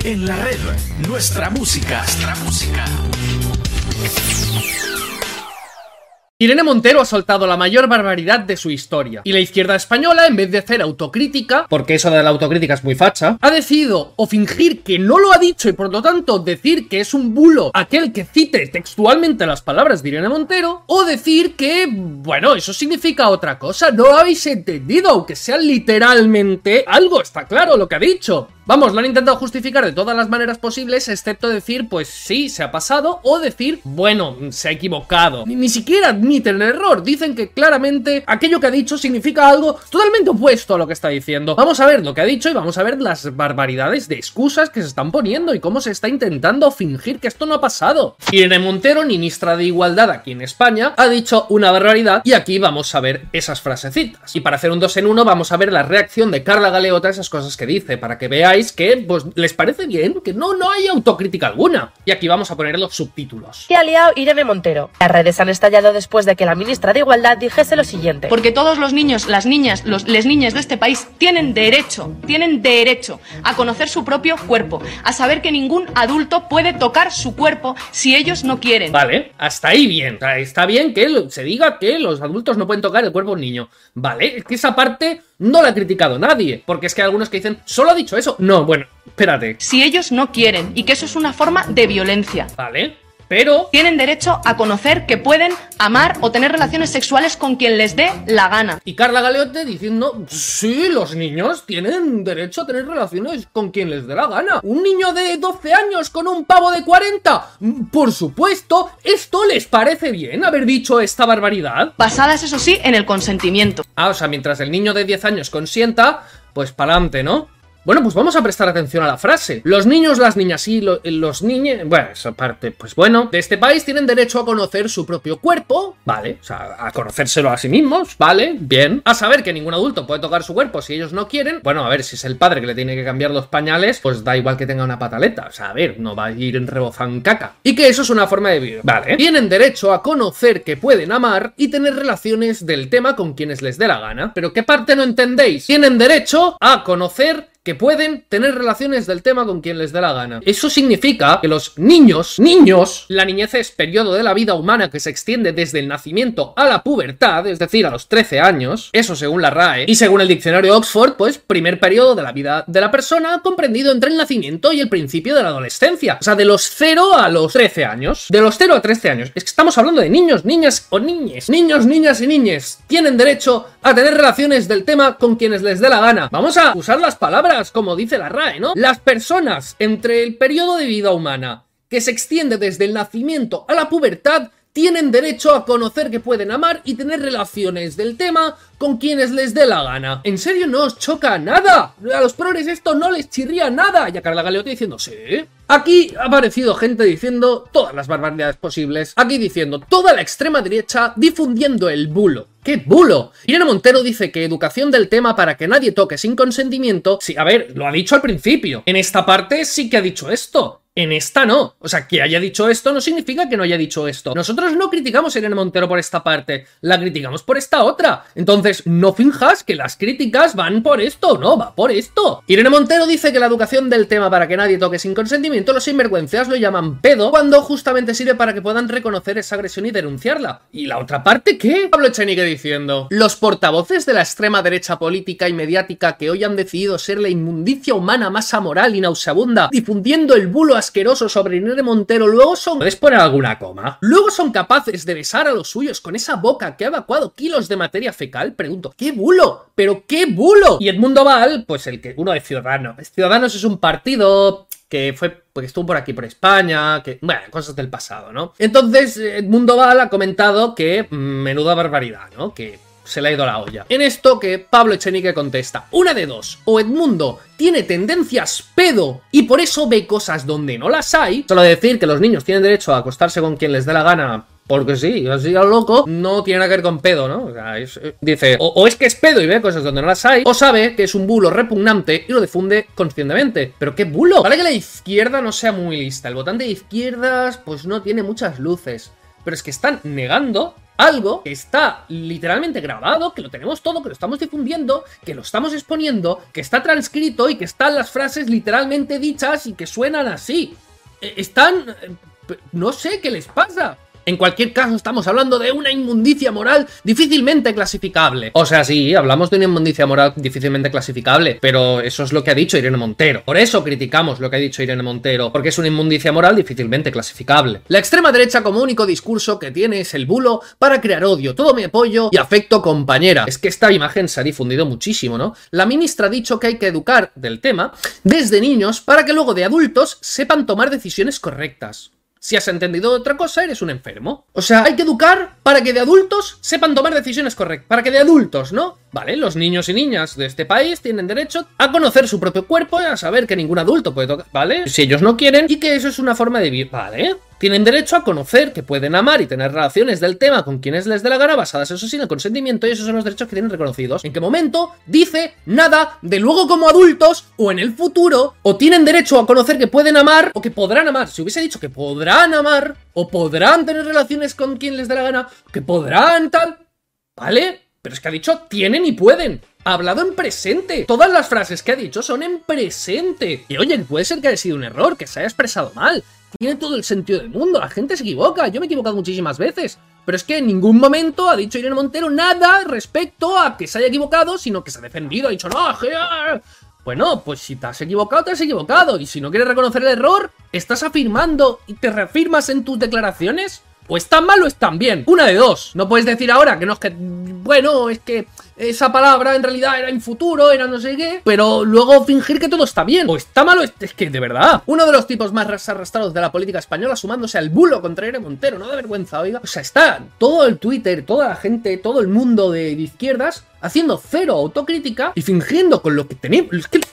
En la red, nuestra música. Irene Montero ha soltado la mayor barbaridad de su historia, y la izquierda española, en vez de hacer autocrítica, porque eso de la autocrítica es muy facha, ha decidido o fingir que no lo ha dicho y por lo tanto decir que es un bulo aquel que cite textualmente las palabras de Irene Montero, o decir que, bueno, eso significa otra cosa, no lo habéis entendido, aunque sea literalmente algo, está claro lo que ha dicho. Vamos, lo han intentado justificar de todas las maneras posibles, excepto decir, pues sí, se ha pasado, o decir, bueno, se ha equivocado. Ni siquiera admiten el error, dicen que claramente aquello que ha dicho significa algo totalmente opuesto a lo que está diciendo. Vamos a ver lo que ha dicho y vamos a ver las barbaridades de excusas que se están poniendo y cómo se está intentando fingir que esto no ha pasado. Irene Montero, ministra de Igualdad aquí en España, ha dicho una barbaridad y aquí vamos a ver esas frasecitas. Y para hacer un 2 en 1 vamos a ver la reacción de Carla Galeota a esas cosas que dice, para que veáis que pues les parece bien, que no hay autocrítica alguna. Y aquí vamos a poner los subtítulos. ¿Qué ha liado Irene Montero? Las redes han estallado después de que la ministra de Igualdad dijese lo siguiente. Porque todos los niños, las niñas, les niñas de este país tienen derecho a conocer su propio cuerpo, a saber que ningún adulto puede tocar su cuerpo si ellos no quieren. Vale, hasta ahí bien. O sea, está bien que se diga que los adultos no pueden tocar el cuerpo de un niño. Vale, es que esa parte no la ha criticado nadie, porque es que hay algunos que dicen, solo ha dicho eso. No, bueno, espérate. Si ellos no quieren, y que eso es una forma de violencia. Vale, pero tienen derecho a conocer que pueden amar o tener relaciones sexuales con quien les dé la gana. Y Carla Galeote diciendo, sí, los niños tienen derecho a tener relaciones con quien les dé la gana. ¿Un niño de 12 años con un pavo de 40? Por supuesto, ¿esto les parece bien haber dicho esta barbaridad? Basadas, eso sí, en el consentimiento. Ah, o sea, mientras el niño de 10 años consienta, pues pa'lante, ¿no? Bueno, pues vamos a prestar atención a la frase. Los niños, las niñas y los niños... Bueno, esa parte, pues bueno. De este país tienen derecho a conocer su propio cuerpo, ¿vale? O sea, a conocérselo a sí mismos, ¿vale? Bien. A saber que ningún adulto puede tocar su cuerpo si ellos no quieren. Bueno, a ver, si es el padre que le tiene que cambiar los pañales, pues da igual que tenga una pataleta. O sea, a ver, no va a ir en rebozán caca. Y que eso es una forma de vivir, ¿vale? Tienen derecho a conocer que pueden amar y tener relaciones del tema con quienes les dé la gana. ¿Pero qué parte no entendéis? Tienen derecho a conocer que pueden tener relaciones del tema con quien les dé la gana. Eso significa que los niños, la niñez es periodo de la vida humana que se extiende desde el nacimiento a la pubertad, es decir, a los 13 años, eso según la RAE, y según el diccionario Oxford, pues primer periodo de la vida de la persona comprendido entre el nacimiento y el principio de la adolescencia. O sea, de los 0 a los 13 años. De los 0 a 13 años. Es que estamos hablando de niños, niñas o niñes. Niños, niñas y niñes tienen derecho a tener relaciones del tema con quienes les dé la gana. Vamos a usar las palabras como dice la RAE, ¿no? Las personas entre el periodo de vida humana que se extiende desde el nacimiento a la pubertad tienen derecho a conocer que pueden amar y tener relaciones del tema con quienes les dé la gana. ¿En serio no os choca nada? A los progres esto no les chirría nada. Y a Carla Galeote diciendo, sí. Aquí ha aparecido gente diciendo todas las barbaridades posibles. Aquí diciendo toda la extrema derecha difundiendo el bulo. ¡Qué bulo! Irene Montero dice que educación del tema para que nadie toque sin consentimiento. Sí, a ver, lo ha dicho al principio. En esta parte sí que ha dicho esto. En esta no. O sea, que haya dicho esto no significa que no haya dicho esto. Nosotros no criticamos a Irene Montero por esta parte, la criticamos por esta otra. Entonces, no finjas que las críticas van por esto, no, va por esto. Irene Montero dice que la educación del tema para que nadie toque sin consentimiento, los sinvergüenzas lo llaman pedo, cuando justamente sirve para que puedan reconocer esa agresión y denunciarla. ¿Y la otra parte qué? Pablo Echenique diciendo, los portavoces de la extrema derecha política y mediática que hoy han decidido ser la inmundicia humana más amoral y nauseabunda, difundiendo el bulo asqueroso sobre Irene Montero, luego son... ¿Puedes poner alguna coma? Luego son capaces de besar a los suyos con esa boca que ha evacuado kilos de materia fecal. Pregunto, ¿qué bulo? ¿Pero qué bulo? Y Edmundo Val, pues el que uno de Ciudadanos. Ciudadanos es un partido que fue, porque estuvo por aquí, por España, que, bueno, cosas del pasado, ¿no? Entonces, Edmundo Val ha comentado que menuda barbaridad, ¿no? Que se le ha ido la olla. En esto que Pablo Echenique contesta, una de dos, o Edmundo tiene tendencias pedo y por eso ve cosas donde no las hay. Solo decir que los niños tienen derecho a acostarse con quien les dé la gana porque sí, así a lo loco, no tiene nada que ver con pedo, ¿no? O sea, dice, o es que es pedo y ve cosas donde no las hay, o sabe que es un bulo repugnante y lo difunde conscientemente. ¿Pero qué bulo? Vale que la izquierda no sea muy lista, el votante de izquierdas pues no tiene muchas luces, pero es que están negando algo que está literalmente grabado, que lo tenemos todo, que lo estamos difundiendo, que lo estamos exponiendo, que está transcrito y que están las frases literalmente dichas y que suenan así. Están... no sé qué les pasa. En cualquier caso, estamos hablando de una inmundicia moral difícilmente clasificable. O sea, sí, hablamos de una inmundicia moral difícilmente clasificable, pero eso es lo que ha dicho Irene Montero. Por eso criticamos lo que ha dicho Irene Montero, porque es una inmundicia moral difícilmente clasificable. La extrema derecha como único discurso que tiene es el bulo para crear odio, todo mi apoyo y afecto compañera. Es que esta imagen se ha difundido muchísimo, ¿no? La ministra ha dicho que hay que educar del tema desde niños para que luego de adultos sepan tomar decisiones correctas. Si has entendido otra cosa, eres un enfermo. O sea, hay que educar para que de adultos sepan tomar decisiones correctas. Para que de adultos, ¿no? Vale, los niños y niñas de este país tienen derecho a conocer su propio cuerpo y a saber que ningún adulto puede tocar, ¿vale? Si ellos no quieren y que eso es una forma de vivir, ¿vale? Tienen derecho a conocer que pueden amar y tener relaciones del tema con quienes les dé la gana, basadas eso sí en el consentimiento, y esos son los derechos que tienen reconocidos. ¿En qué momento dice nada de luego como adultos o en el futuro o tienen derecho a conocer que pueden amar o que podrán amar? Si hubiese dicho que podrán amar o podrán tener relaciones con quien les dé la gana, que podrán tal, ¿vale? Pero es que ha dicho tienen y pueden. Ha hablado en presente. Todas las frases que ha dicho son en presente. Y oye, puede ser que haya sido un error, que se haya expresado mal. Tiene todo el sentido del mundo, la gente se equivoca, yo me he equivocado muchísimas veces. Pero es que en ningún momento ha dicho Irene Montero nada respecto a que se haya equivocado, sino que se ha defendido, ha dicho no, bueno, pues si te has equivocado, y si no quieres reconocer el error, estás afirmando y te reafirmas en tus declaraciones. O están mal o están bien, una de dos. No puedes decir ahora que no es que... bueno, es que esa palabra en realidad era en futuro, era no sé qué, pero luego fingir que todo está bien. O está mal o es que, de verdad. Uno de los tipos más arrastrados de la política española sumándose al bulo contra Irene Montero, no da vergüenza, oiga. O sea, está todo el Twitter, toda la gente, todo el mundo de izquierdas haciendo cero autocrítica y fingiendo con lo que tenemos. Es que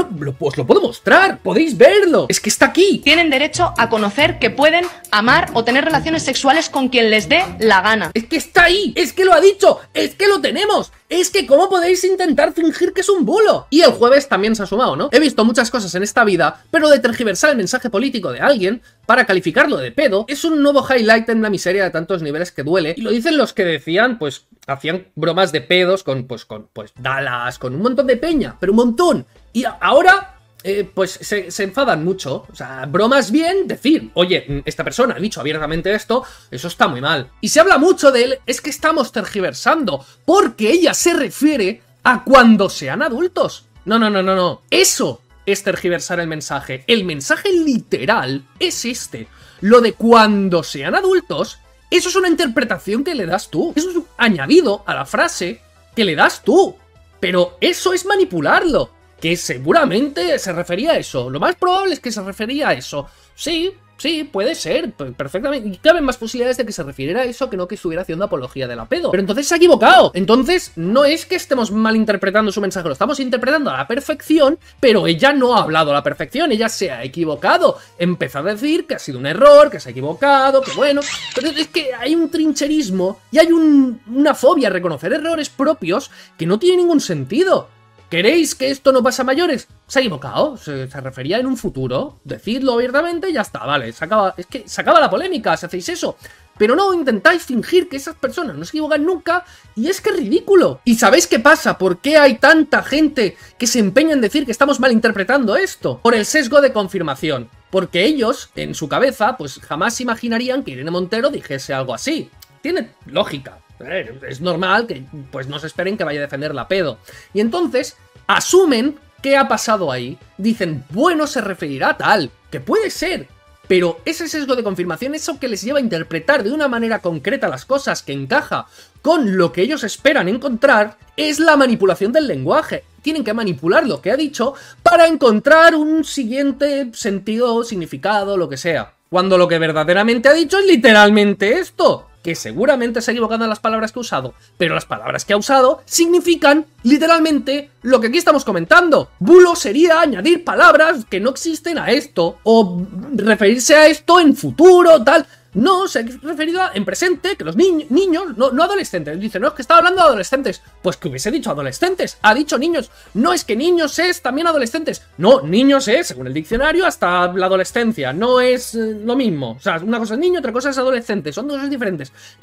os lo puedo mostrar, podéis verlo. Es que está aquí. Tienen derecho a conocer que pueden amar o tener relaciones sexuales con quien les dé la gana. Es que está ahí, es que lo ha dicho, es que lo tenemos. Es que ¿cómo podéis intentar fingir que es un bulo? Y el jueves también se ha sumado, ¿no? He visto muchas cosas en esta vida, pero de tergiversar el mensaje político de alguien para calificarlo de pedo es un nuevo highlight en una miseria de tantos niveles que duele. Y lo dicen los que decían, pues, hacían bromas de pedos con Dallas, con un montón de peña, pero un montón. Y ahora... pues se enfadan mucho. O sea, bromas bien, decir, oye, esta persona ha dicho abiertamente esto, eso está muy mal. Y se habla mucho de él, es que estamos tergiversando, porque ella se refiere a cuando sean adultos. No. Eso es tergiversar el mensaje. El mensaje literal es este. Lo de cuando sean adultos, eso es una interpretación que le das tú. Eso es un añadido a la frase que le das tú. Pero eso es manipularlo. Que seguramente se refería a eso. Lo más probable es que se refería a eso. Sí, puede ser, perfectamente. Y caben más posibilidades de que se refiriera a eso que no que estuviera haciendo apología de la pedo. Pero entonces se ha equivocado. Entonces no es que estemos malinterpretando su mensaje, lo estamos interpretando a la perfección, pero ella no ha hablado a la perfección, ella se ha equivocado. Empezó a decir que ha sido un error, que se ha equivocado, que bueno. Pero es que hay un trincherismo y hay una fobia a reconocer errores propios que no tiene ningún sentido. ¿Queréis que esto no pase a mayores? Se ha equivocado, se refería en un futuro. Decidlo abiertamente y ya está, vale. Es que se acaba la polémica si hacéis eso. Pero no intentáis fingir que esas personas no se equivocan nunca y es que es ridículo. ¿Y sabéis qué pasa? ¿Por qué hay tanta gente que se empeña en decir que estamos malinterpretando esto? Por el sesgo de confirmación. Porque ellos, en su cabeza, pues jamás imaginarían que Irene Montero dijese algo así. Tiene lógica. Es normal que pues no se esperen que vaya a defender la pedo. Y entonces asumen qué ha pasado ahí. Dicen, bueno, se referirá a tal, que puede ser. Pero ese sesgo de confirmación, eso que les lleva a interpretar de una manera concreta las cosas que encaja con lo que ellos esperan encontrar, es la manipulación del lenguaje. Tienen que manipular lo que ha dicho para encontrar un siguiente sentido, significado, lo que sea. Cuando lo que verdaderamente ha dicho es literalmente esto. Que seguramente se ha equivocado en las palabras que ha usado, pero las palabras que ha usado significan literalmente lo que aquí estamos comentando. Bulo sería añadir palabras que no existen a esto, o referirse a esto en futuro, tal. No, se ha referido a en presente, que los niños, no adolescentes. Dice, no, es que estaba hablando de adolescentes. Pues que hubiese dicho adolescentes. Ha dicho niños. No, es que niños es también adolescentes. No, niños es, según el diccionario, hasta la adolescencia. No es lo mismo. O sea, una cosa es niño, otra cosa es adolescente. Son dos cosas diferentes. Entonces,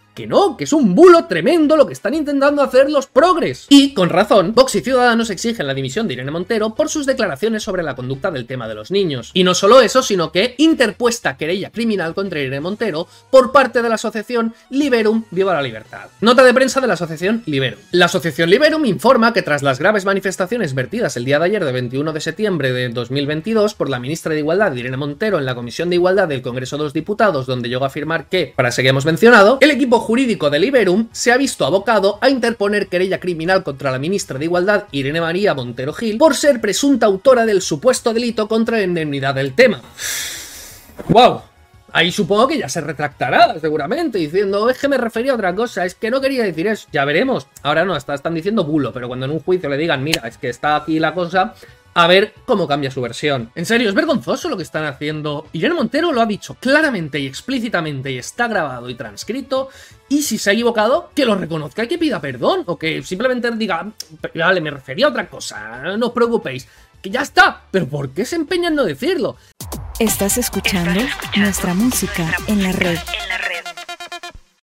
que no, que es un bulo tremendo lo que están intentando hacer los progres. Y, con razón, Vox y Ciudadanos exigen la dimisión de Irene Montero por sus declaraciones sobre la conducta del tema de los niños. Y no solo eso, sino que interpuesta querella criminal contra Irene Montero por parte de la asociación Liberum Viva la Libertad. Nota de prensa de la asociación Liberum. La asociación Liberum informa que tras las graves manifestaciones vertidas el día de ayer de 21 de septiembre de 2022 por la ministra de Igualdad Irene Montero en la Comisión de Igualdad del Congreso de los Diputados, donde llegó a afirmar que, frase que hemos mencionado, el equipo jurídico de Liberum se ha visto abocado a interponer querella criminal contra la ministra de Igualdad Irene María Montero Gil por ser presunta autora del supuesto delito contra la indemnidad del tema. ¡Wow! Ahí supongo que ya se retractará, seguramente, diciendo, es que me refería a otra cosa, es que no quería decir eso. Ya veremos. Ahora no, hasta están diciendo bulo, pero cuando en un juicio le digan, mira, es que está aquí la cosa, a ver cómo cambia su versión. En serio, es vergonzoso lo que están haciendo. Irene Montero lo ha dicho claramente y explícitamente y está grabado y transcrito. Y si se ha equivocado, que lo reconozca y que pida perdón. O que simplemente diga, vale, me refería a otra cosa, no os preocupéis. Que ya está. Pero ¿por qué se empeña en no decirlo? Estás escuchando nuestra música en la red.